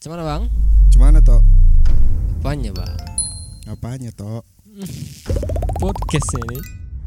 Cuman bang? Gimana Tok? Apanya bang? Apanya Tok? Podcast ini.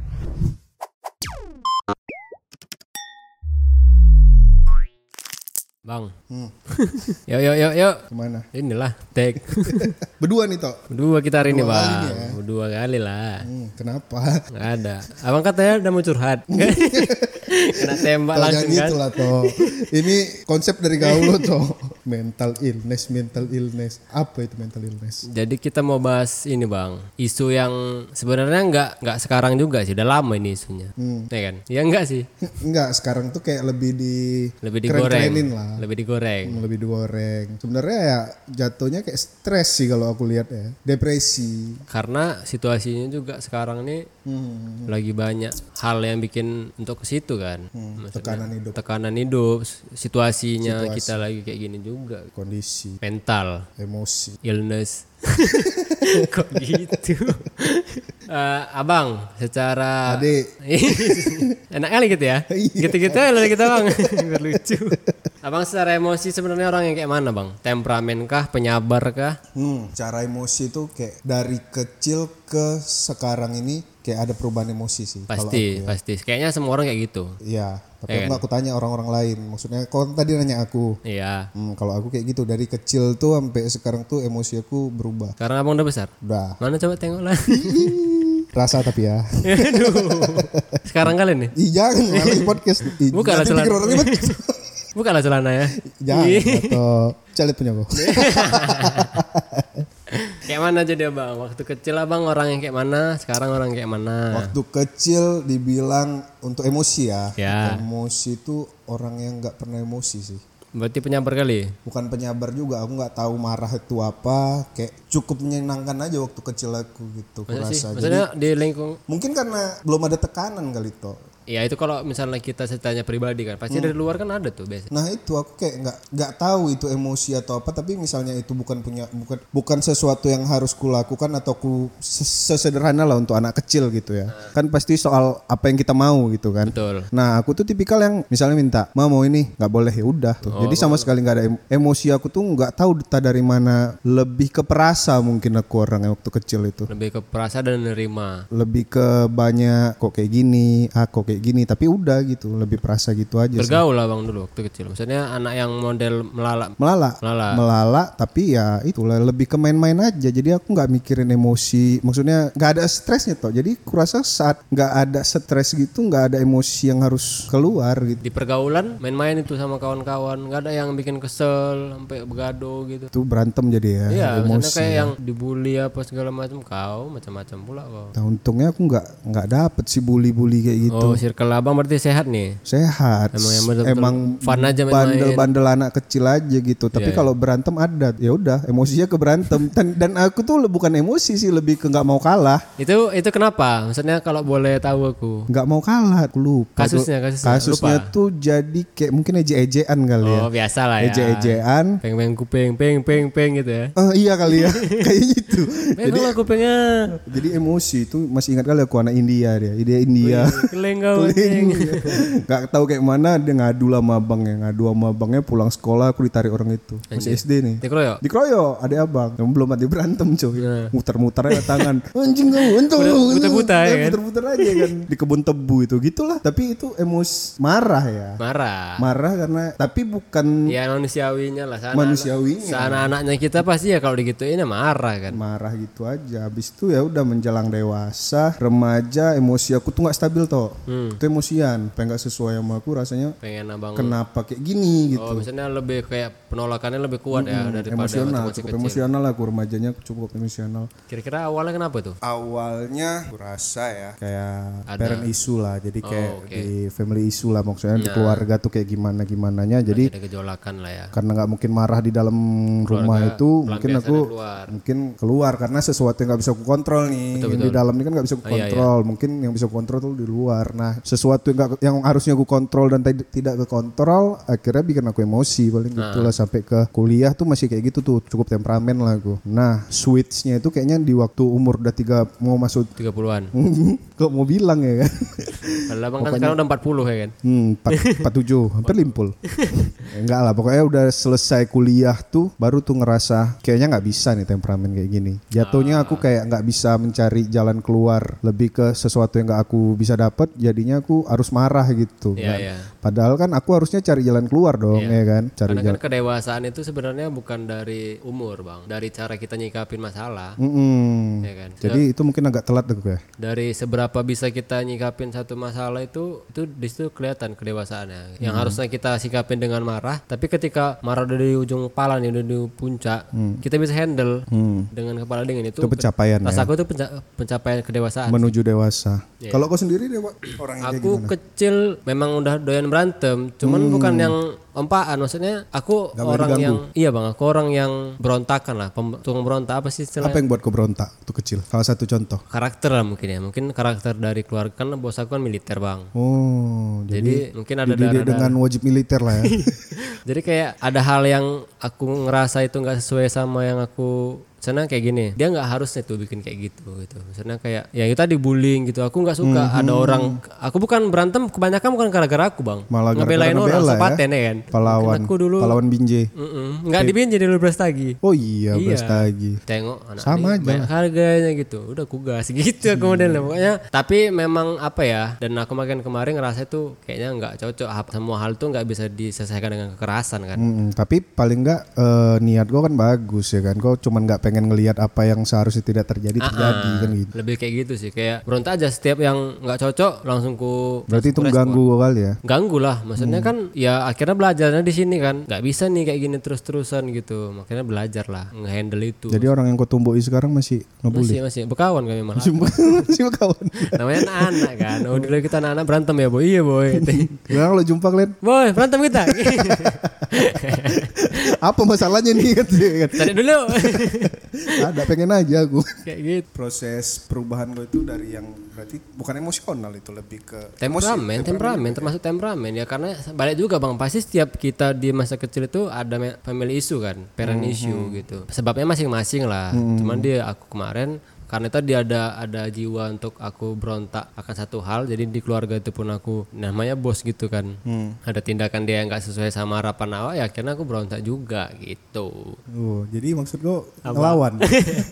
Bang. Yuk. Kemana? Inilah take. Berdua nih Tok? Berdua kita hari ini Dua kali bang. nih ya? Berdua kali lah. Kenapa? Nggak ada. Abang katanya udah mau curhat. Kena tembak Tok, langsung jangan kan. gitu lah Tok. Ini konsep dari gaul lo Tok. Mental illness. Apa itu mental illness? Jadi kita mau bahas ini bang, isu yang sebenarnya nggak sekarang juga sih, udah lama ini isunya, ya kan? Ya enggak sih, Enggak, sekarang tuh kayak lebih digoreng, keren-kerenin lah. lebih digoreng. Lebih digoreng. Sebenarnya ya jatuhnya kayak stres sih kalau aku lihat ya. Depresi. Karena situasinya juga sekarang ini lagi banyak hal yang bikin untuk ke situ kan. Maksudnya, tekanan hidup, situasinya kita lagi kayak gini juga. Kondisi. Mental, Emosi. illness. Kok gitu? Abang, secara Adik. enak kali gitu ya? Gitu-gitu ya kita bang. Biar lucu. Abang secara emosi sebenarnya orang yang kayak mana bang? Temperamen kah? Penyabar kah? Cara emosi itu kayak dari kecil ke sekarang ini kayak ada perubahan emosi sih. Pasti. Kayaknya semua orang kayak gitu. Iya, tapi aku tanya orang-orang lain. Maksudnya kau tadi nanya aku. Iya. Kalau aku kayak gitu dari kecil tuh sampai sekarang tuh emosi aku berubah. Karena abang udah besar. Udah. Mana coba tengok lah. Rasa tapi ya. Aduh. Sekarang kalian nih. Jangan malah podcast. Bukanlah Nanti pikir orang ribet. Bukanlah celana ya. Jangan atau calit punya kau. Kayak mana jadi abang? Waktu kecil abang orang yang kayak mana? Sekarang orang kayak mana? Waktu kecil dibilang untuk emosi ya. Ya. Emosi itu orang yang nggak pernah emosi sih. Berarti penyabar kali? Bukan penyabar juga, aku nggak tahu marah itu apa. Kayak cukup menyenangkan aja waktu kecil aku gitu. Maksudnya di lingkung. Mungkin karena belum ada tekanan kali Tok. Ya itu kalau misalnya kita ceritanya pribadi kan, pasti dari luar kan ada tuh biasa. Nah itu aku kayak nggak tahu itu emosi atau apa, tapi misalnya itu bukan sesuatu yang harus kulakukan atau sesederhana lah untuk anak kecil gitu ya. Kan pasti soal apa yang kita mau gitu kan. Betul. Nah aku tuh tipikal yang misalnya minta mau ini nggak boleh ya udah tuh. Jadi sama sekali nggak ada emosi, aku tuh nggak tahu entah dari mana, lebih ke perasa mungkin aku orang yang waktu kecil itu. Lebih ke perasa dan menerima. Lebih ke banyak kok kayak gini, kok kayak gini, tapi udah gitu, lebih perasa gitu aja. Bergaul lah bang dulu waktu kecil. Maksudnya anak yang model melala, tapi ya itulah lebih ke main-main aja. Jadi aku nggak mikirin emosi, maksudnya nggak ada stresnya toh. Jadi kurasa saat nggak ada stres gitu, nggak ada emosi yang harus keluar gitu. Di pergaulan main-main itu sama kawan-kawan, nggak ada yang bikin kesel sampai begado gitu. Itu berantem jadi ya. Iya, emosi. maksudnya kayak yang dibully apa segala macam, kau macam-macam pula kau. Nah, untungnya aku nggak dapet sih bully kayak gitu. Oh, circle abang berarti sehat nih. Sehat. Emang fun aja main-main. Bandel-bandel anak kecil aja gitu. Tapi kalau berantem ada, ya udah emosinya ke berantem. Dan aku tuh bukan emosi sih, lebih ke nggak mau kalah. Itu kenapa? Maksudnya kalau boleh tahu aku. Nggak mau kalah, aku lupa. Kasusnya Kasusnya lupa. tuh jadi kayak mungkin eje-ejean kali ya. Oh biasa lah ya. Eje-ejean. Peng kuping gitu ya. Iya kali ya. Kayak gitu. Jadi lah kupingnya. Jadi emosi itu masih ingat kali aku anak India dia. Dia India. Keleng kau. Gak tahu kayak mana dia ngadu sama abangnya pulang sekolah aku ditarik orang itu. Masih SD nih. Dikeroyok adik abang. Yang belum ada berantem coy. Muter-muter aja tangan. Anjing kamu untung. Putar-putar ya kan. Putar-putar aja kan di kebun tebu itu gitulah. Tapi itu emosi marah ya. Marah karena tapi bukan ya manusiawinya lah sana. Manusiawinya. Anak-anaknya kita pasti ya kalau digituin ya marah kan. Marah gitu aja. Habis itu ya udah menjelang dewasa, remaja, emosi aku tuh enggak stabil toh. Itu emosian, pengen gak sesuai sama aku rasanya. Pengen abang kenapa kayak gini gitu. Oh, misalnya lebih kayak penolakannya lebih kuat ya daripada emosional, waktu cukup kecil. Emosional lah aku remajanya cukup emosional. Kira-kira awalnya kenapa tuh? Awalnya aku rasa ya kayak parent issue lah. Jadi kayak di family issue lah, maksudnya di keluarga tuh kayak gimananya. Jadi ada gejolakan lah ya. Karena nggak mungkin marah di dalam rumah itu, mungkin aku keluar karena sesuatu yang nggak bisa aku kontrol nih. Betul. Yang di dalam ini kan nggak bisa aku kontrol. Mungkin yang bisa aku kontrol tuh di luar. Nah Nah, sesuatu yang harusnya gue kontrol dan tidak ke kontrol, akhirnya bikin aku emosi paling gitulah. Sampai ke kuliah tuh masih kayak gitu tuh, cukup temperamen lah gue. Nah, switch-nya itu kayaknya di waktu umur udah mau masuk 30-an. Kok mau bilang ya kan? Kalau abang kan sekarang udah 40 ya kan? 47, hampir limpul. Enggak lah, pokoknya udah selesai kuliah tuh baru tuh ngerasa kayaknya nggak bisa nih temperamen kayak gini. Jatuhnya aku kayak nggak bisa mencari jalan keluar, lebih ke sesuatu yang nggak aku bisa dapat, jadinya aku harus marah gitu. Kan? Padahal kan aku harusnya cari jalan keluar dong, ya kan? Karena kan kedewasaan itu sebenarnya bukan dari umur, Bang, dari cara kita nyikapin masalah. Ya kan? Jadi itu mungkin agak telat tuh ya. Dari seberapa bisa kita nyikapin satu masalah itu di situ kelihatan kedewasaannya. Yang harusnya kita sikapin dengan marah, tapi ketika marah udah di ujung kepala nih, udah di puncak, kita bisa handle dengan kepala dingin. Itu pencapaian. Rasaku itu pencapaian kedewasaan. Menuju dewasa. Kalau kau sendiri orang yang aku kecil memang udah doyan berantem, cuman bukan yang ompaan, maksudnya aku gak orang yang aku orang yang berontakan lah, tukang berontak. Apa sih istilahnya? Apa yang buat kau berontak tuh kecil? Salah satu contoh. Karakter lah mungkin karakter dari keluarga, kan bos aku kan militer, Bang. Jadi mungkin ada dengan wajib militer lah ya. Jadi kayak ada hal yang aku ngerasa itu nggak sesuai sama yang aku misalnya kayak gini, dia nggak harusnya tuh bikin kayak gitu. Misalnya kayak ya itu tadi bullying gitu, aku nggak suka. Ada orang, aku bukan berantem kebanyakan bukan gara-gara aku, Bang, malah ngebelain orang sepaten ya kan. Pahlawan binje. Nggak di binje, dulu Brastagi. Oh iya Brastagi. Tengok anak sama aja banyak harganya gitu, udah aku gas gitu aku modelnya pokoknya. Tapi memang apa ya, dan aku makin kemarin ngerasa itu kayaknya nggak cocok. Semua hal tuh nggak bisa diselesaikan dengan kekerasan kan. Tapi paling nggak niat gue kan bagus ya kan. Kau cuman nggak pengen ngelihat apa yang seharusnya tidak terjadi kan gitu. Lebih kayak gitu sih, kayak berontak aja setiap yang nggak cocok langsung Berarti itu mengganggu kali ya? Ganggu lah, maksudnya kan ya akhirnya belajarnya di sini kan, nggak bisa nih kayak gini terus-terusan gitu, makanya belajar lah nge-handle itu. Jadi orang yang kau tumbuhi sekarang masih ngebully? Masih bekawan kami malah. Masih bekawan. Namanya anak-anak kan. Dulu kita anak-anak berantem ya boy. Iya boy. Sekarang lo jumpa kalian? Boy berantem kita. Apa masalahnya nih kan? Cari dulu. Ada pengen aja aku. Kayak gitu. Proses perubahan lo itu dari yang berarti bukan emosional, itu lebih ke temperamen termasuk temperamen ya, karena balik juga Bang, pasti setiap kita di masa kecil itu ada family issue kan, parent issue gitu. Sebabnya masing-masing lah. Cuman aku kemarin karena tadi ada jiwa untuk aku berontak akan satu hal, jadi di keluarga itu pun aku namanya bos gitu kan. Ada tindakan dia yang nggak sesuai sama harapan awak, ya akhirnya aku berontak juga gitu. Jadi maksud lo ngelawan?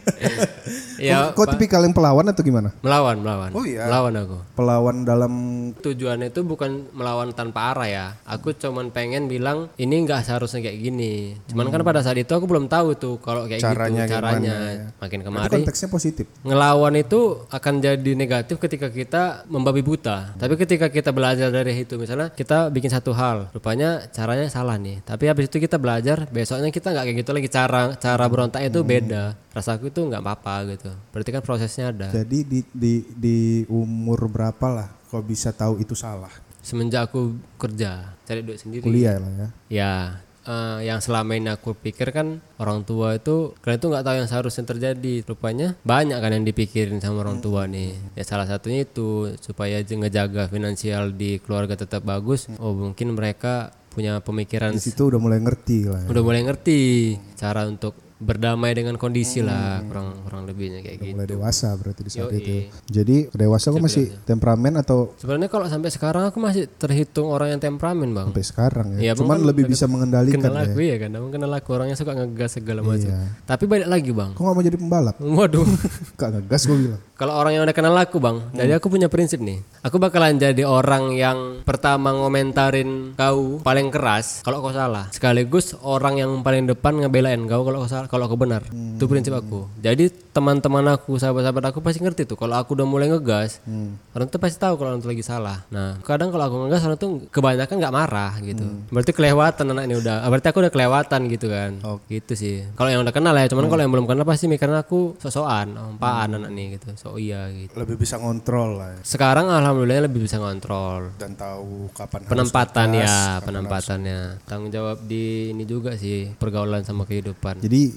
Ya, kok tipikal yang pelawan atau gimana? Melawan. Oh iya. Melawan aku. Pelawan dalam tujuannya itu bukan melawan tanpa arah ya. Aku cuman pengen bilang ini nggak seharusnya kayak gini. Cuman kan pada saat itu aku belum tahu tuh kalau kayak caranya. Ya. Makin kemarin. Itu konteksnya positif. Ngelawan itu akan jadi negatif ketika kita membabi buta. Tapi ketika kita belajar dari itu, misalnya kita bikin satu hal, rupanya caranya salah nih. Tapi habis itu kita belajar, besoknya kita nggak kayak gitu lagi, cara berontak itu beda. Rasaku itu nggak apa-apa gitu. Berarti kan prosesnya ada. Jadi di umur berapa lah kau bisa tahu itu salah? Semenjak aku kerja, cari duit sendiri. Kuliah lah ya. Ya. Yang selama ini aku pikir kan orang tua itu kalian tuh nggak tahu yang seharusnya terjadi. Rupanya banyak kan yang dipikirin sama orang tua nih. Ya salah satunya itu supaya ngejaga finansial di keluarga tetap bagus. Mungkin mereka punya pemikiran. Di situ udah mulai ngerti lah. Ya. Udah mulai ngerti cara untuk berdamai dengan kondisi lah, kurang lebihnya kayak gitu. Mulai dewasa berarti di saat itu. Jadi dewasa kok masih temperamen atau? Sebenarnya kalau sampai sekarang aku masih terhitung orang yang temperamen Bang. Sampai sekarang ya. Cuman lebih bisa mengendalikan kenal aku ya kan. Namun kenal aku orangnya suka ngegas segala macam. Tapi balik lagi Bang. Kok gak mau jadi pembalap? Waduh. Gak ngegas gue bilang. Kalau orang yang udah kenal aku Bang, jadi aku punya prinsip nih. Aku bakalan jadi orang yang pertama ngomentarin kau paling keras kalau kau salah. Sekaligus orang yang paling depan ngebelain kau kalau kau salah, kalau aku benar. Itu prinsip aku. Jadi teman-teman aku, sahabat-sahabat aku pasti ngerti tuh kalau aku udah mulai ngegas, orang tuh pasti tahu kalau orang tuh lagi salah. Nah, kadang kalau aku ngegas orang tuh kebanyakan nggak marah gitu. Berarti kelewatan anak ini udah. Berarti aku udah kelewatan gitu kan. Gitu sih. Kalau yang udah kenal ya, cuman kalau yang belum kenal pasti mikirnya aku sok-sokan, ompaan anak ini gitu. So iya gitu. Lebih bisa ngontrol lah ya. Sekarang alhamdulillah lebih bisa ngontrol dan tahu kapan penempatan ya, penempatannya. Tanggung jawab di ini juga sih, pergaulan sama kehidupan. Jadi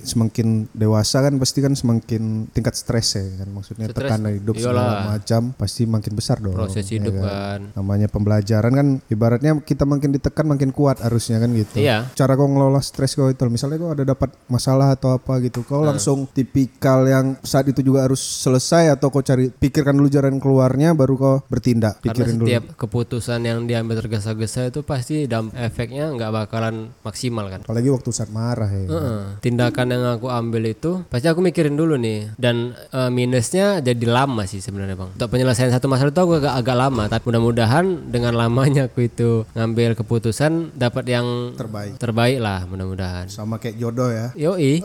semakin dewasa kan pasti kan semakin tingkat stres ya kan, maksudnya tekanan hidup segala macam pasti makin besar dong. Proses hidup kan. Namanya pembelajaran kan ibaratnya kita makin ditekan makin kuat harusnya kan gitu. Iya. Cara kau ngelola stres kau itu, misalnya kau ada dapat masalah atau apa gitu, kau langsung tipikal yang saat itu juga harus selesai atau kau pikirkan dulu jalan keluarnya baru kau bertindak. Karena setiap keputusan yang diambil tergesa-gesa itu pasti efeknya nggak bakalan maksimal kan. Apalagi waktu saat marah ya. Tindakan yang aku ambil itu pasti aku mikirin dulu nih, dan minusnya jadi lama sih sebenarnya bang. Untuk penyelesaian satu masalah itu aku agak lama, tapi mudah-mudahan dengan lamanya aku itu ngambil keputusan dapat yang terbaik lah mudah-mudahan. Sama kayak jodoh ya. Yoi.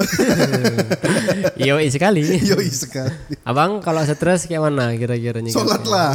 Yoi sekali. Yoi sekali. Abang kalau stres kayak mana kira-kira? Sholat lah.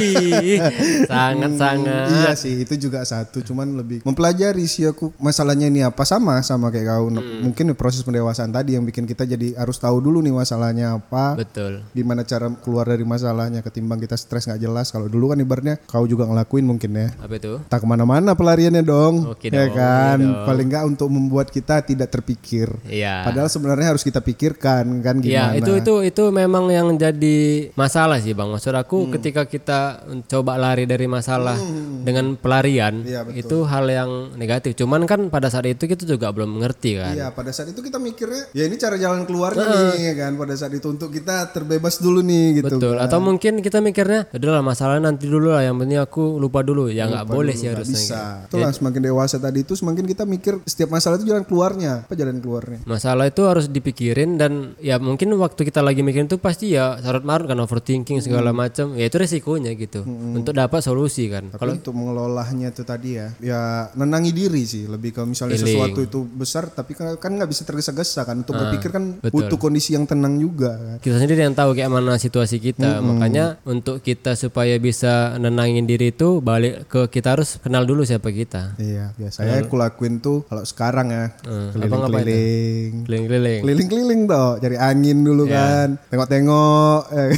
Sangat-sangat. Iya sih, itu juga satu, cuman lebih mempelajari sih aku masalahnya ini apa, sama kayak kau. Mungkin proses pendewasaan tadi yang bikin kita jadi harus tahu dulu nih masalahnya apa. Betul. Gimana cara keluar dari masalahnya ketimbang kita stres nggak jelas. Kalau dulu kan ibaratnya kau juga ngelakuin mungkin ya. Apa itu? Tak kemana-mana pelariannya dong. Oke ya dong, kan. dong. Paling nggak untuk membuat kita tidak terpikir. Iya. Padahal sebenarnya harus kita pikirkan kan gimana. Iya, itu memang yang jadi masalah sih bang. Maksud aku ketika kita coba lari dari masalah dengan pelarian, itu hal yang negatif. Cuman kan pada saat itu kita juga belum mengerti kan. Iya, pada saat itu kita mikirnya ya ini cara jalan keluarnya nih ya kan. Pada saat itu untuk kita terbebas dulu nih gitu. Betul. Kan. Atau mungkin kita mikirnya udahlah masalahnya nanti dulu lah, yang penting aku lupa dulu. Ya nggak boleh sih harusnya. Bisa. Itulah semakin dewasa tadi itu semakin kita mikir setiap masalah itu jalan keluarnya. Apa jalan keluarnya? Masalah itu harus dipikirin, dan ya mungkin waktu kita lagi mikirin itu pasti ya carut marut kan, overthinking segala macam. Ya itu resikonya gitu. Untuk dapat solusi kan. Kalau untuk mengelolanya itu tadi ya nenangi diri sih. Lebih kalau misalnya sesuatu itu besar tapi kan nggak bisa tergesa-gesa kan. Untuk berpikir kan butuh kondisi yang tenang juga kan. Kita sendiri yang tahu kayak mana situasi kita. Makanya untuk kita supaya bisa nenangin diri itu balik ke kita harus kenal dulu siapa kita. Iya, biasanya aku lakuin tuh kalau sekarang ya keliling-keliling. Keliling-keliling toh, cari angin dulu kan. Tengok-tengok.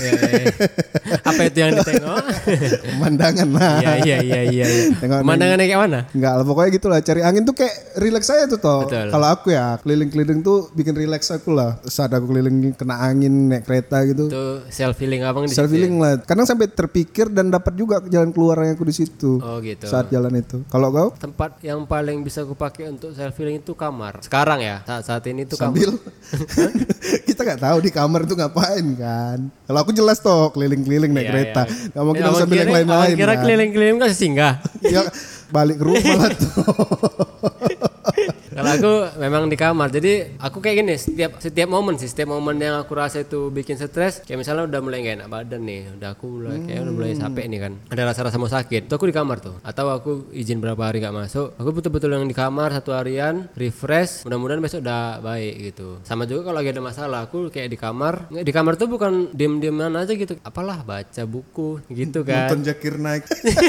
Apa itu yang ditengok? Pemandangan lah. Iya. Pemandangannya kayak mana? Enggak lah, pokoknya gitu lah. Cari angin tuh kayak relax aja tuh toh. Kalau aku ya keliling-keliling tuh bikin relax aku lah. Saat aku keliling kena angin naik kereta gitu. Itu self healing abang di situ. Self healing lah. Kadang sampai terpikir dan dapat juga jalan keluarnya aku di situ. Oh gitu. Saat jalan itu. Kalau kau? Tempat yang paling bisa aku pakai untuk self healing itu kamar. Sekarang ya, saat ini tuh sambil kamar. Kita nggak tahu di kamar itu ngapain kan. Kalau aku jelas toh keliling-keliling naik kereta. Nggak mungkin aku sambil yang lain-lain. Kira keliling-keliling kan singgah. Ya balik ke rumah lah tuh. Kalau aku memang di kamar. Jadi aku kayak gini, setiap momen yang aku rasa itu bikin stres, kayak misalnya udah mulai gak enak badan nih, udah mulai capek nih kan, ada rasa-rasa mau sakit, tuh aku di kamar tuh. Atau aku izin berapa hari gak masuk, aku betul-betul yang di kamar satu harian, refresh, mudah-mudahan besok udah baik gitu. Sama juga kalau lagi ada masalah, aku kayak di kamar tuh bukan diem-dieman aja gitu, apalah baca buku gitu kan. Nonton Zakir Naik.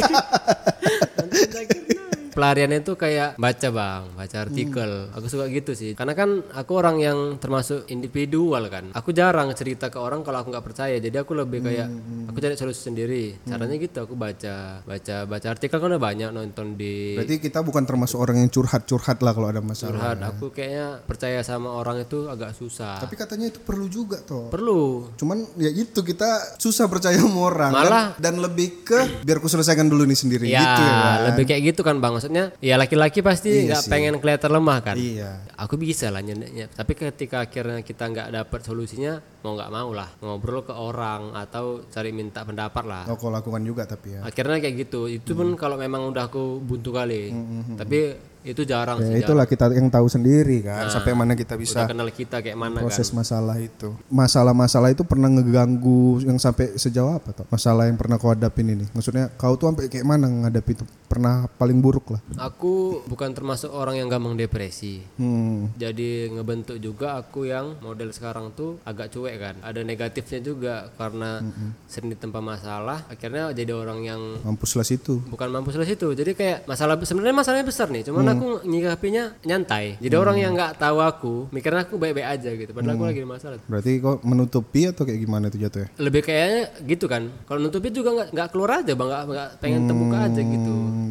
Pelariannya itu kayak baca artikel. Aku suka gitu sih, karena kan aku orang yang termasuk individual kan. Aku jarang cerita ke orang kalau aku nggak percaya, jadi aku lebih kayak aku cari solusi sendiri. Caranya gitu, aku baca artikel kan udah banyak, nonton di. Berarti kita bukan termasuk orang yang curhat lah kalau ada masalah. Curhat, aku kayaknya percaya sama orang itu agak susah. Tapi katanya itu perlu juga toh. Perlu. Cuman ya itu kita susah percaya sama orang. Malah dan lebih ke biar aku selesaikan dulu nih sendiri ya, gitu ya. Lebih kayak gitu kan bang. Maksudnya ya laki-laki pasti nggak pengen kelihatan lemah kan. Iya. Aku bisa lah nyendeknya. Tapi ketika akhirnya kita nggak dapat solusinya, mau nggak mau lah ngobrol ke orang atau cari minta pendapat lah. Kau lakukan juga tapi ya. Akhirnya kayak gitu. Itu pun kalau memang udah aku buntu kali. Tapi itu jarang ya, sih. Itulah kita yang tahu sendiri kan, sampai mana kita bisa udah kenal kita kayak mana proses kan. masalah itu. Masalah-masalah itu pernah ngeganggu yang sampai sejauh apa toh? Masalah yang pernah kau hadapin ini. Maksudnya kau tuh sampai kayak mana ngadapi itu? Pernah paling buruk lah. Aku bukan termasuk orang yang gampang depresi. Jadi ngebentuk juga aku yang model sekarang tuh agak cuek kan. Ada negatifnya juga karena sering ditempa masalah. Akhirnya jadi orang yang mampuslah situ. Bukan mampuslah situ. Jadi kayak sebenarnya masalahnya besar nih. Cuman aku nyikapinya nyantai. Jadi orang yang nggak tahu aku mikirnya aku baik-baik aja gitu. Padahal aku lagi ada masalah. Berarti kok menutupi atau kayak gimana itu jatuhnya? Lebih kayaknya gitu kan. Kalau nutupi juga nggak keluar aja bang. Nggak pengen terbuka aja gitu.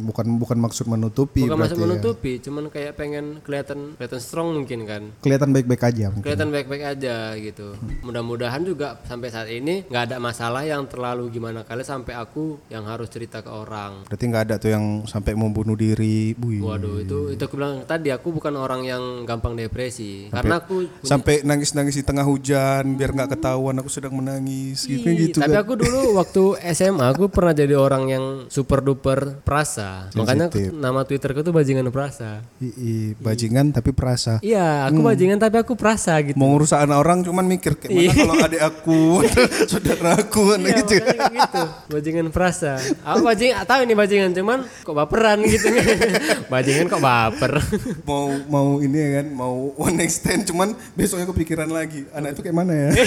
bukan maksud menutupi. Bukan maksud berarti menutupi, cuman kayak pengen kelihatan strong mungkin kan. Kelihatan baik-baik aja mungkin. Kelihatan baik-baik aja gitu. Mudah-mudahan juga sampai saat ini nggak ada masalah yang terlalu gimana kali sampai aku yang harus cerita ke orang. Berarti nggak ada tuh yang sampai mau bunuh diri. Waduh, itu aku bilang tadi, aku bukan orang yang gampang depresi. Karena aku sampai nangis-nangis di tengah hujan biar nggak ketahuan aku sedang menangis gitu tapi kan. aku dulu waktu SMA aku pernah jadi orang yang super duper perasa. Makanya nama Twitterku tuh bajingan perasa. Bajingan tapi perasa. Iya, aku bajingan tapi aku perasa gitu. Mau ngurus anak orang cuman mikir gimana kalau adik aku, saudara aku Iya, gitu. gitu. Bajingan perasa. Aku tahu ini bajingan cuman kok baperan gitu. Bajingan kok baper. mau ini ya kan, mau one night stand cuman besoknya kepikiran lagi anak itu kayak mana ya.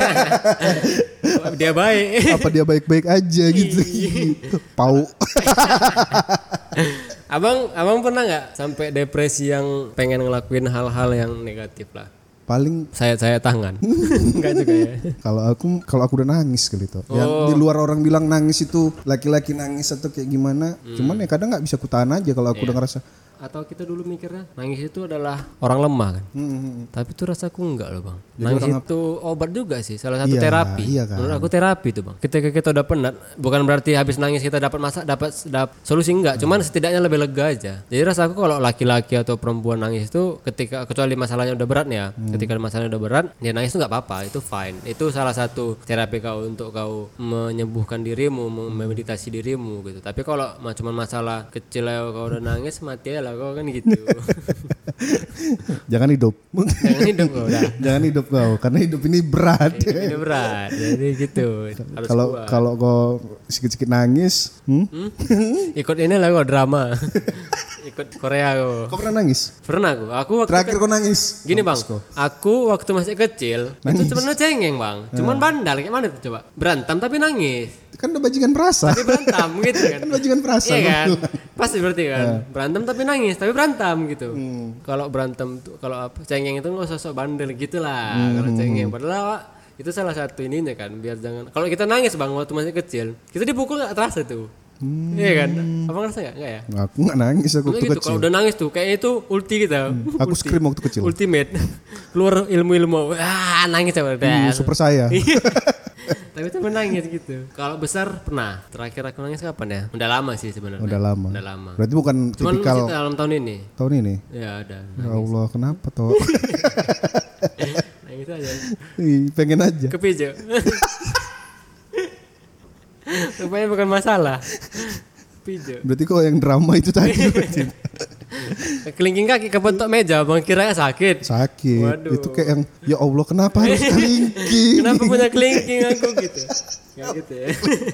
Dia baik. Apa dia baik-baik aja gitu. Pau. Abang pernah nggak sampai depresi yang pengen ngelakuin hal-hal yang negatif lah? Paling Saya tangan. Enggak juga ya. kalau aku udah nangis kali itu. Yang di luar orang bilang nangis itu laki-laki nangis atau kayak gimana. Cuman ya kadang nggak bisa kutahan aja kalau aku udah ngerasa. Atau kita dulu mikirnya nangis itu adalah orang lemah kan. Tapi itu rasaku enggak loh bang. Jadi nangis itu obat juga sih, salah satu Iya, terapi. iya kan. Menurut aku terapi itu bang. Ketika kita udah penat, bukan berarti habis nangis kita dapat solusi enggak. Cuman setidaknya lebih lega aja. Jadi rasaku kalau laki-laki atau perempuan nangis itu ketika kecuali masalahnya udah berat nih ya. Ketika masalahnya udah berat, dia nangis itu nggak apa-apa, itu fine. Itu salah satu terapi kau untuk kau menyembuhkan dirimu, memeditasi dirimu gitu. Tapi kalau cuma masalah kecil ya kau udah nangis, mati ya lah kau kan gitu. Jangan hidup. Jangan hidup kau udah. Jangan hidup kau karena hidup ini berat. Ini berat. Jadi gitu. Harus Kalau kau sedikit-sedikit nangis, ikut ini lah kau drama. Ikut Korea kau. Kau pernah nangis? Pernah aku waktu Terakhir kau nangis? Gini bang, aku waktu masih kecil itu sebenarnya cengeng bang, cuman bandal kayak mana tuh coba, berantem tapi nangis. Kan udah bajingan perasa. Tapi berantem gitu kan. Kan bajingan perasa. Iya kan? Pasti berarti kan. Berantem tapi nangis, tapi berantem gitu. Kalau berantem tuh kalau apa? Cengeng itu enggak sosok bandel gitu lah. Kalau cengeng padahal itu salah satu ininya kan, biar jangan. Kalau kita nangis bang waktu masih kecil, kita dipukul enggak terasa tuh. Iya kan? Apa ngerasa enggak ya? Aku enggak nangis aku waktu Gitu, kecil. kalau udah nangis tuh kayaknya itu ulti kita. Aku scream waktu kecil. Ultimate. Keluar ilmu-ilmu. Nangis apa udah. Super saya. Tapi itu menangis gitu. Kalau besar pernah. Terakhir aku nangis kapan ya? Udah lama sih sebenarnya. Udah lama. Udah lama. Berarti bukan Cuman tipikal masih dalam tahun ini. tahun ini. Ya ada. Ya Allah, kenapa toh? Nangis aja. Pengen aja. Kepijo. Rupanya bukan masalah. Kepijo. Berarti kok yang drama itu tadi berarti. Kelingking kaki kebentuk meja, bang kiranya sakit. Sakit. Waduh. Itu kayak yang ya Allah kenapa harus kelingking? Kenapa punya kelingking aku gitu? Kayak gitu ya.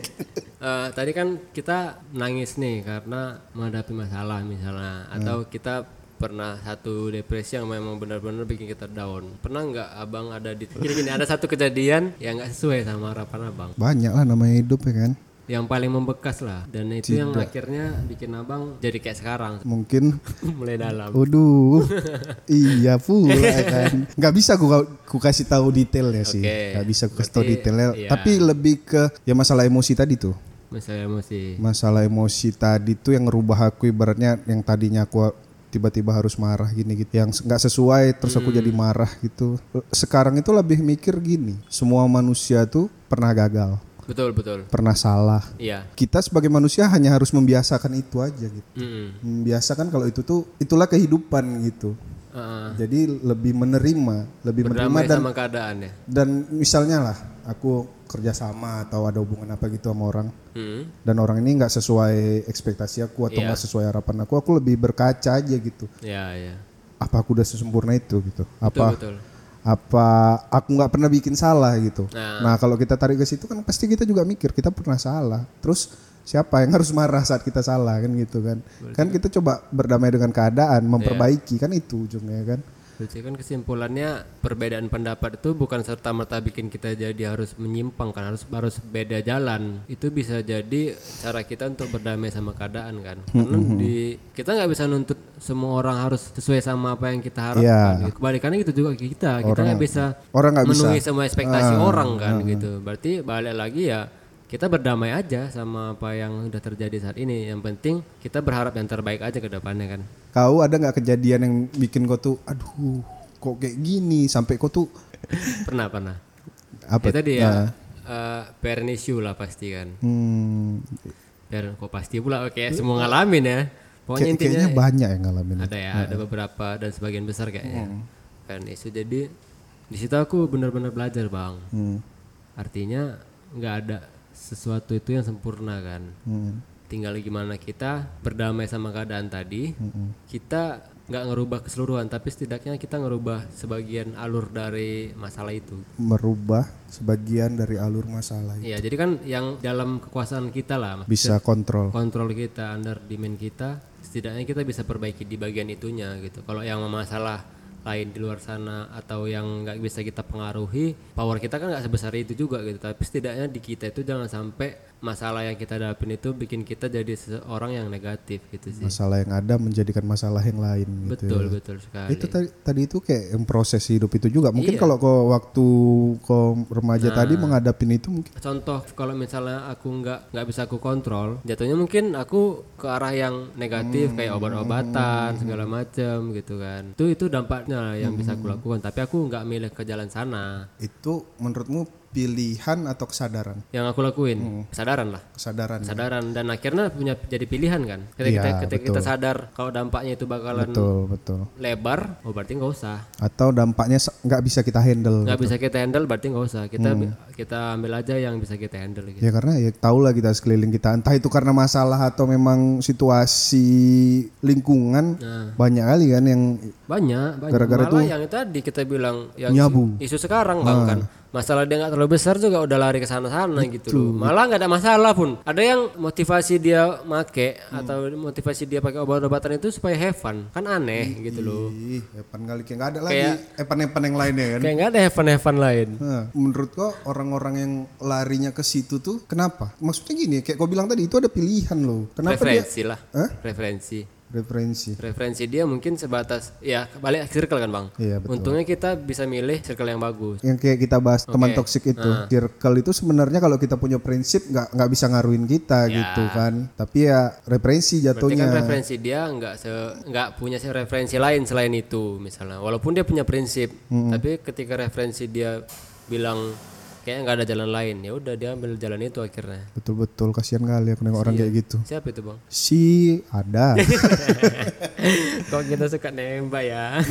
Tadi kan kita nangis nih karena menghadapi masalah misalnya, atau kita pernah satu depresi yang memang benar-benar bikin kita down. Pernah nggak abang ada di gini ada satu kejadian yang nggak sesuai sama harapan abang? Banyak lah namanya hidup ya kan. Yang paling membekas lah, dan itu yang akhirnya bikin abang jadi kayak sekarang. Mungkin Mulai dalam. waduh. Iya pula kan. Nggak bisa ku kasih tahu detailnya sih. Nggak bisa ku kasih tahu detailnya. iya. Tapi lebih ke ya masalah emosi tadi tuh. Masalah emosi. Masalah emosi tadi tuh yang ngerubah aku, ibaratnya yang tadinya aku tiba-tiba harus marah gini gitu, yang nggak sesuai terus aku jadi marah gitu. Sekarang itu lebih mikir gini, semua manusia tuh pernah gagal, Betul. pernah salah. Iya. Kita sebagai manusia hanya harus membiasakan itu aja gitu. Membiasakan kalau itu tuh itulah kehidupan gitu. Jadi lebih menerima Berdamai dan sama keadaan ya. dan misalnya lah aku kerja sama atau ada hubungan apa gitu sama orang, dan orang ini nggak sesuai ekspektasi aku atau nggak sesuai harapan aku lebih berkaca aja gitu. Iya. Apa aku udah sesempurna itu gitu? Apa Betul. apa aku nggak pernah bikin salah gitu? Nah kalau kita tarik ke situ kan pasti kita juga mikir kita pernah salah. Terus siapa yang harus marah saat kita salah kan gitu kan? Kan kita coba berdamai dengan keadaan, memperbaiki kan itu ujungnya kan? Berarti kan kesimpulannya perbedaan pendapat itu bukan serta-merta bikin kita jadi harus menyimpang kan, harus beda jalan. Itu bisa jadi cara kita untuk berdamai sama keadaan kan. Karena kita nggak bisa nuntut semua orang harus sesuai sama apa yang kita harapkan. Gitu. Kebalikannya gitu juga kita nggak bisa orang nggak memenuhi bisa semua ekspektasi orang kan gitu. Berarti balik lagi ya kita berdamai aja sama apa yang udah terjadi saat ini. Yang penting kita berharap yang terbaik aja ke depannya kan. Kau ada nggak kejadian yang bikin kau tuh, aduh, kok kayak gini sampai kau tuh Pernah. apa? Itu dia parent issue lah pasti kan. Parent kok pasti pula oke semua ngalamin ya. Pokoknya intinya Kayaknya banyak yang ngalamin. ada ya, ada beberapa dan sebagian besar kayaknya. Parent issue. Jadi di situ aku benar-benar belajar bang. Artinya nggak ada sesuatu itu yang sempurna kan. Tinggal gimana kita berdamai sama keadaan tadi. Kita nggak ngerubah keseluruhan, tapi setidaknya kita ngerubah sebagian alur dari masalah itu. Merubah sebagian dari alur masalah itu. Iya, jadi kan yang dalam kekuasaan kita lah. Bisa kontrol. Kontrol kita, under demand kita, setidaknya kita bisa perbaiki di bagian itunya gitu. Kalau yang masalah lain di luar sana atau yang nggak bisa kita pengaruhi, power kita kan nggak sebesar itu juga gitu. Tapi setidaknya di kita itu jangan sampai masalah yang kita hadapin itu bikin kita jadi seseorang yang negatif gitu sih. Masalah yang ada menjadikan masalah yang lain gitu. Betul sekali. Itu tadi itu kayak yang proses hidup itu juga. Mungkin kalau kau waktu kau remaja tadi menghadapin itu mungkin. Contoh kalau misalnya aku nggak bisa aku kontrol, jatuhnya mungkin aku ke arah yang negatif kayak obat-obatan segala macam gitu kan. Itu dampaknya yang bisa aku lakukan. Tapi aku nggak milih ke jalan sana. Itu menurutmu pilihan atau kesadaran? Yang aku lakuin kesadaran lah. Kesadaran dan akhirnya punya jadi pilihan kan. Ketika kita sadar kalau dampaknya itu bakalan betul. lebar, oh berarti nggak usah. Atau dampaknya nggak bisa kita handle. Nggak bisa kita handle berarti nggak usah. Kita ambil aja yang bisa kita handle. Gitu. Ya karena ya tahu lah kita sekeliling kita. Entah itu karena masalah atau memang situasi lingkungan banyak kali kan yang banyak. Gara-gara malah itu yang tadi kita bilang yang nyabu. isu sekarang bang kan. Masalah dia nggak terlalu besar juga udah lari ke sana-sana gitu loh. Malah nggak ada masalah pun. Ada yang motivasi dia make atau motivasi dia pakai obat-obatan itu supaya have fun. Kan aneh gitu loh. Evan kali kayak nggak ada lagi Evan yang lainnya kan. Kayak nggak ada have fun lain. Menurut kau orang-orang yang larinya ke situ tuh kenapa? Maksudnya gini, kayak kau bilang tadi itu ada pilihan loh. Kenapa Referensi dia? lah. Referensi dia mungkin sebatas ya balik circle kan bang. Iya, betul. Untungnya kita bisa milih circle yang bagus. Yang kayak kita bahas teman toksik itu, circle itu sebenarnya kalau kita punya prinsip nggak bisa ngaruhin kita gitu kan. Tapi ya referensi jatuhnya. Berarti kan referensi dia nggak punya referensi lain selain itu misalnya. Walaupun dia punya prinsip, tapi ketika referensi dia bilang kayaknya nggak ada jalan lain, ya udah dia ambil jalan itu akhirnya. Betul kasihan kali aku nengok orang kayak gitu. Siapa itu bang? Ada. Kok kita suka nembak ya?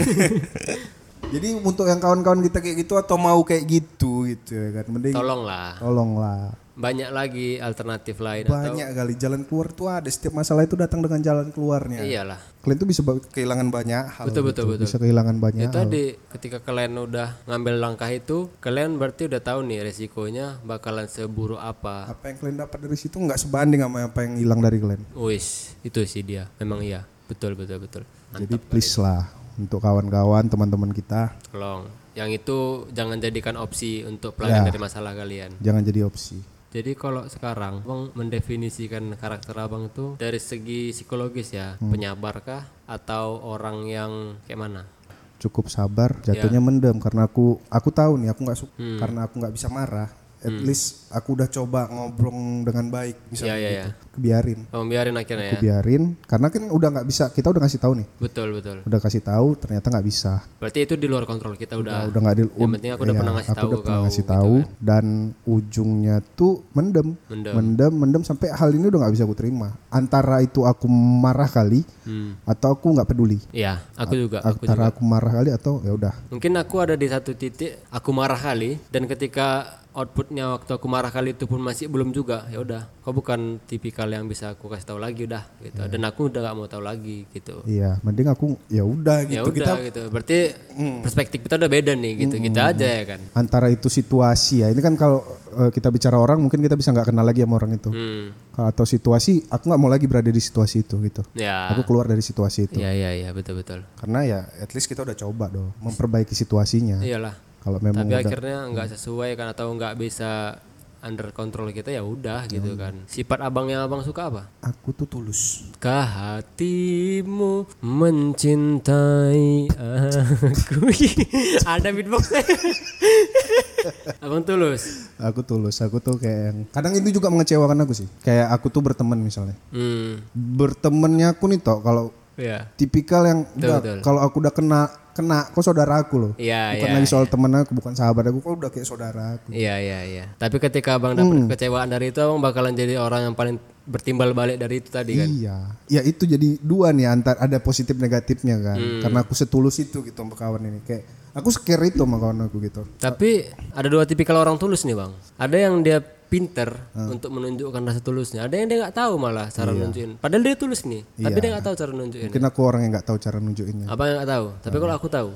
Jadi untuk yang kawan-kawan kita kayak gitu atau mau kayak gitu ya kan, mending tolonglah. Banyak lagi alternatif lain. Banyak kali jalan keluar tuh ada, setiap masalah itu datang dengan jalan keluarnya. Iyalah. Kalian tuh bisa kehilangan banyak hal. Betul. Bisa kehilangan banyak itu hal. Tadi ketika kalian udah ngambil langkah itu, kalian berarti udah tahu nih resikonya bakalan seburuk apa. Apa yang kalian dapat dari situ nggak sebanding sama apa yang hilang dari kalian. Wis, itu sih dia. Memang iya. Betul. Mantap. Jadi please lah untuk kawan-kawan, teman-teman kita. Tolong. Yang itu jangan jadikan opsi untuk pelarian dari masalah kalian. Jangan jadi opsi. Jadi kalau sekarang Bang mendefinisikan karakter Abang itu dari segi psikologis ya, penyabarkah atau orang yang kayak mana? Cukup sabar, jatuhnya mendem karena aku tahu nih aku nggak suka karena aku nggak bisa marah. At least aku udah coba ngobrol dengan baik misalnya gitu. Kebiarin. Biarin akhirnya aku biarin karena kan udah nggak bisa, kita udah ngasih tahu nih. Betul. Udah kasih tahu ternyata nggak bisa. Berarti itu di luar kontrol kita udah nggak di. Yang penting aku udah pernah ngasih tahu kau. Gitu kan. Dan ujungnya tuh mendem sampai hal ini udah nggak bisa aku terima. Antara itu aku marah kali atau aku nggak peduli. Iya, aku juga. Aku marah kali atau ya udah. Mungkin aku ada di satu titik aku marah kali dan ketika outputnya waktu aku marah kali itu pun masih belum juga, ya udah kau bukan tipikal yang bisa aku kasih tahu lagi udah gitu. Dan aku udah gak mau tahu lagi gitu. Iya, mending aku ya udah gitu. Gitu. Berarti perspektif kita udah beda nih gitu. Kita aja ya kan. Antara itu situasi ya. Ini kan kalau kita bicara orang mungkin kita bisa nggak kenal lagi sama orang itu. Atau situasi, aku nggak mau lagi berada di situasi itu gitu. Ya. Aku keluar dari situasi itu. Iya betul. Karena ya at least kita udah coba dong memperbaiki situasinya. Iyalah. Kalau memang tapi akhirnya nggak sesuai kan atau nggak bisa under control kita ya udah gitu kan. Sifat abang yang abang suka apa? Aku tuh tulus. Kah hatimu mencintai aku. Ada beatbox. Abang tulus. Aku tulus, aku tuh kayak yang kadang itu juga mengecewakan aku sih. Kayak aku tuh berteman misalnya. Bertemannya aku nih toh kalau Iya. tipikal yang Betul. kalau aku udah kena kok saudara aku loh. Iya, Bukan lagi soal temen aku, bukan sahabat aku, kok udah kayak saudara aku. Iya. Tapi ketika abang dapat kekecewaan dari itu, abang bakalan jadi orang yang paling bertimbal balik dari itu tadi kan. Iya. Ya itu jadi dua nih, ada positif negatifnya kan. Karena aku setulus itu gitu sama kawan ini. Kayak aku scare itu sama kawan aku gitu. Tapi ada dua tipikal orang tulus nih bang. Ada yang dia pinter untuk menunjukkan rasa tulusnya. Ada yang dia nggak tahu malah cara nunjukin. Padahal dia tulus nih, tapi dia nggak tahu cara nunjukin. Mungkin aku orang yang nggak tahu cara nunjukinnya. Abang yang nggak tahu. Tapi kalau aku tahu,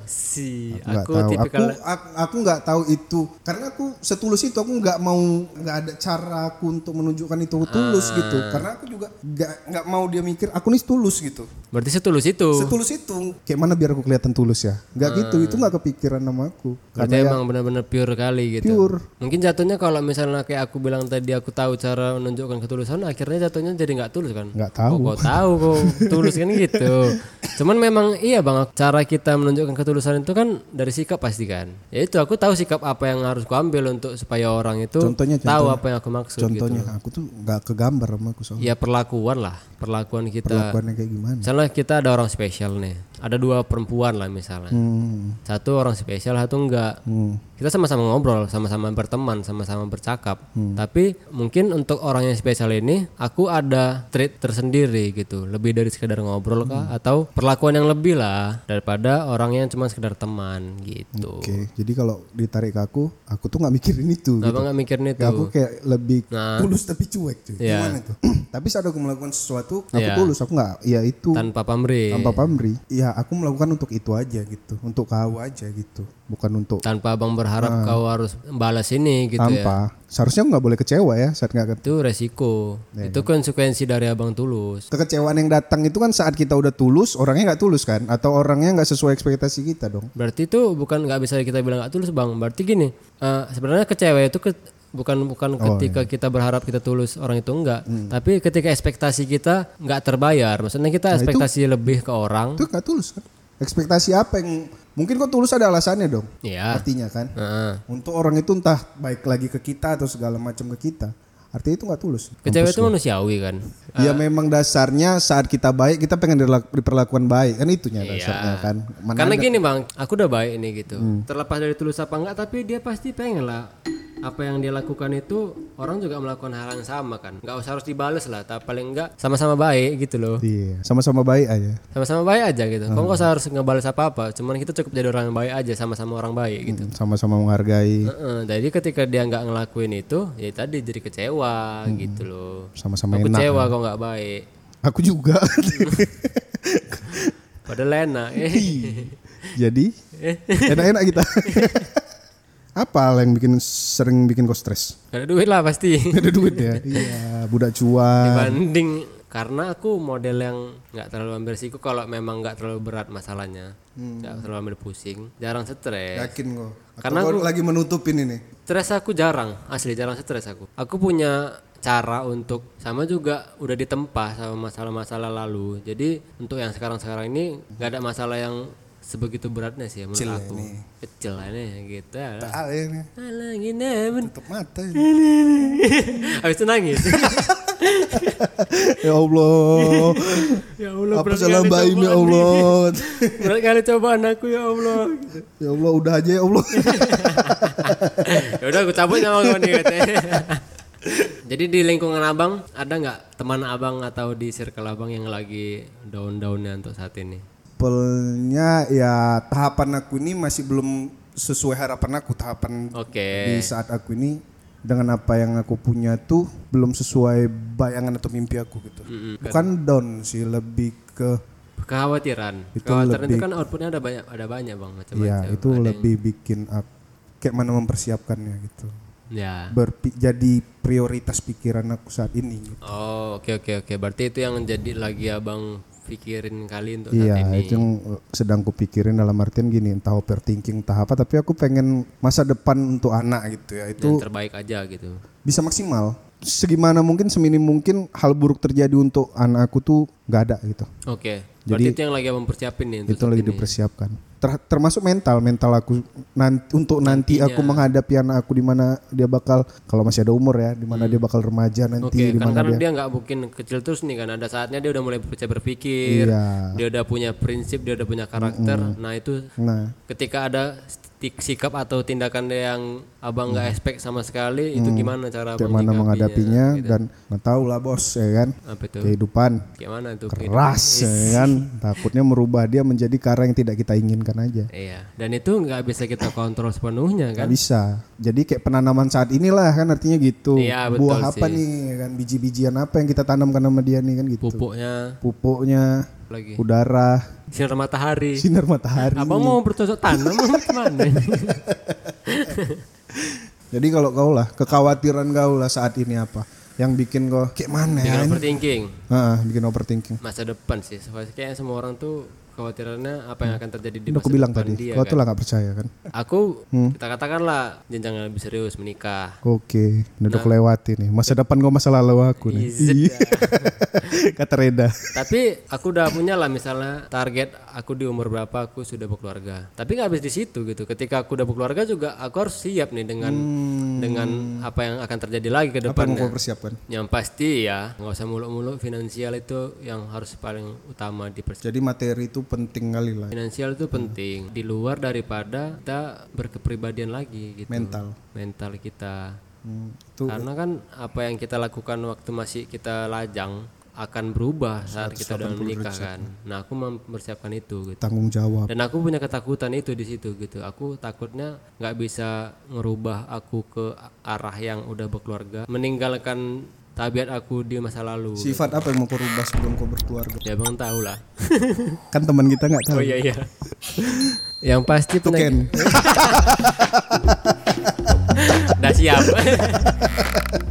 aku Tahu. tipikal. Aku nggak tahu itu karena aku setulus itu, aku nggak ada cara aku untuk menunjukkan itu tulus gitu. Karena aku juga nggak mau dia mikir aku nih tulus gitu. Berarti setulus itu. Setulus itu kayak mana biar aku kelihatan tulus ya? Nggak gitu, itu nggak kepikiran sama aku. Berarti emang benar-benar pure kali gitu. Pure. Mungkin jatuhnya kalau misalnya kayak aku bilang tadi, aku tahu cara menunjukkan ketulusan, akhirnya jatuhnya jadi nggak tulus kan? Nggak tahu. Kok tahu kok tulus kan gitu. Cuman memang iya bang, cara kita menunjukkan ketulusan itu kan dari sikap pasti kan. Ya itu aku tahu sikap apa yang harus kuambil untuk supaya orang itu tahu apa yang aku maksud. Contohnya gitu. aku tuh nggak kegambar sama aku soalnya. Ya perlakuan lah, perlakuan kita. Perlakuannya kayak gimana? Misalnya kita ada orang spesial nih, ada dua perempuan lah misalnya. Satu orang spesial, satu enggak. Kita sama-sama ngobrol, sama-sama berteman, sama-sama bercakap. Tapi mungkin untuk orang yang spesial ini, aku ada trait tersendiri gitu, lebih dari sekedar ngobrol kah, atau perlakuan yang lebih lah daripada orang yang cuma sekedar teman gitu. Oke, jadi kalau ditarik ke aku tuh nggak mikirin itu. Abang nggak mikirin itu. Ya, aku kayak lebih tulus tapi cuek cuy. Iya. Gimana tuh? Tapi saat aku melakukan sesuatu, aku tulus, aku nggak, ya itu Tanpa pamrih. tanpa pamrih. Ya aku melakukan untuk itu aja gitu, untuk kau aja gitu, bukan untuk Tanpa abang berharap kau harus balas ini gitu ya. tanpa. Seharusnya aku nggak boleh kecewa ya saat nggak. Itu resiko. Itu konsekuensi dari abang tulus. Kekecewaan yang datang itu kan saat kita udah tulus, orangnya nggak tulus kan, atau orangnya nggak sesuai ekspektasi kita dong. Berarti itu bukan nggak bisa kita bilang nggak tulus bang. Berarti gini, sebenarnya kecewa itu bukan ketika kita berharap kita tulus, orang itu enggak. Tapi ketika ekspektasi kita nggak terbayar. Maksudnya kita ekspektasi lebih ke orang. Itu nggak tulus kan? Ekspektasi apa yang mungkin kok tulus ada alasannya dong. Iya. Artinya kan, untuk orang itu entah baik lagi ke kita atau segala macam ke kita. Artinya itu nggak tulus. Kecewa itu manusiawi kan. Ya memang dasarnya saat kita baik kita pengen diperlakukan baik kan, itunya dasarnya kan. Karena gini bang, aku udah baik nih gitu. Terlepas dari tulus apa enggak, tapi dia pasti pengen lah apa yang dia lakukan itu orang juga melakukan hal yang sama kan. Nggak usah harus dibales lah, tapi paling enggak sama-sama baik gitu loh. Iya, sama-sama baik aja. Sama-sama baik aja gitu. Kok nggak usah harus ngebales apa-apa. Cuman kita cukup jadi orang yang baik aja, sama-sama orang baik gitu. Sama-sama menghargai. Jadi ketika dia nggak ngelakuin itu, ya tadi jadi kecewa gitu loh. Sama-sama Aku enak. kecewa kok nggak baik. Aku juga. Padahal enak. Jadi enak-enak kita. Apa hal yang sering bikin kau stres? Gak ada duit lah pasti. Ada duit ya. Iya, budak cuan. Dibanding karena aku model yang nggak terlalu ambil risiko kalau memang nggak terlalu berat masalahnya, nggak terlalu ambil pusing, jarang stres. Yakin kok. Karena aku aku lagi menutupin ini. Stres aku jarang, asli jarang stres aku. Aku punya cara untuk sama juga udah ditempa sama masalah-masalah lalu. Jadi untuk yang sekarang-sekarang ini nggak ada masalah yang sebegitu beratnya sih menurut aku. Kecil ini gitu. Tak ini. Alah gini. Tutup mata. Habis itu nangis. Ya Allah. Ya Allah. Apa salah baim ya Allah. Berat kali cobaan aku ya Allah. Ya Allah udah aja ya Allah. Ya udah aku cabut sama kau nih katanya. Jadi di lingkungan abang ada nggak teman abang atau di circle abang yang lagi down-downnya untuk saat ini? Pelnya ya tahapan aku ini masih belum sesuai harapan aku. Tahapan di saat aku ini dengan apa yang aku punya tuh belum sesuai bayangan atau mimpi aku gitu. Bukan down sih, lebih ke kekhawatiran. Itu Kekhawatiran lebih, itu kan outputnya ada banyak bang macam-macam. Ya itu ada lebih bikin kayak mana mempersiapkannya gitu. Ya. Jadi prioritas pikiran aku saat ini. Gitu. Oh oke. Berarti itu yang jadi lagi abang pikirin kali untuk saat iya, ini. itu yang sedang kupikirin dalam artian gini, entah overthinking entah apa, tapi aku pengen masa depan untuk anak gitu ya. Itu yang terbaik aja gitu. bisa maksimal. segimana mungkin seminim mungkin hal buruk terjadi untuk anak aku tuh nggak ada gitu. Oke. Berarti itu yang lagi mempersiapin nih untuk itu lagi dipersiapkan. Termasuk mental aku nanti aku menghadapi anak aku di mana dia bakal kalau masih ada umur ya, di mana dia bakal remaja nanti, di mana karena dia nggak mungkin kecil terus nih kan, ada saatnya dia udah mulai bisa berpikir, dia udah punya prinsip, dia udah punya karakter. Nah itu ketika ada sikap atau tindakan dia yang abang nggak expect sama sekali, itu gimana cara menghadapinya gitu. Dan nggak tahu lah bos ya kan, kehidupan gimana itu keras ya kan, takutnya merubah dia menjadi karang yang tidak kita inginkan aja. Iya, dan itu nggak bisa kita kontrol sepenuhnya kan. Nggak bisa. Jadi kayak penanaman saat inilah kan artinya gitu. Iya, buah apa nih kan, biji-bijian apa yang kita tanamkan sama dia nih kan gitu. Pupuknya lagi. Udara, sinar matahari. Abang mau bercocok tanam gimana? Jadi kalau kau lah, kekhawatiran kau lah saat ini apa? Yang bikin kau kayak mana ya? Bikin overthinking. Masa depan sih. Kayaknya semua orang tuh khawatirannya apa yang akan terjadi di masa aku bilang depan tadi, dia. Kau tuh lah gak percaya kan? Aku, kita katakanlah jenjang lebih serius, menikah. Oke, udah kelewati nih. Masa depan kau, masa lalu aku nih. Kata Reda. Tapi aku udah punya lah misalnya target aku di umur berapa aku sudah berkeluarga. Tapi gak habis di situ gitu. Ketika aku udah berkeluarga juga aku harus siap nih dengan apa yang akan terjadi lagi ke depannya. Apa yang kau persiapkan? Yang pasti ya, gak usah muluk-muluk, finansial itu yang harus paling utama dipersiapkan. Jadi materi itu penting kali lah. Finansial itu penting di luar daripada kita berkepribadian lagi gitu. Mental kita. Karena kan apa yang kita lakukan waktu masih kita lajang akan berubah saat kita udah menikah kan. Nah, aku mempersiapkan itu gitu. Tanggung jawab. Dan aku punya ketakutan itu di situ gitu. Aku takutnya nggak bisa ngerubah aku ke arah yang udah berkeluarga, meninggalkan tabiat aku di masa lalu. Sifat apa yang mau kau rubah sebelum kau berkeluarga? Ya bang tahu lah. Kan teman kita nggak tahu. Oh iya. Yang pasti penyakit. Udah siap.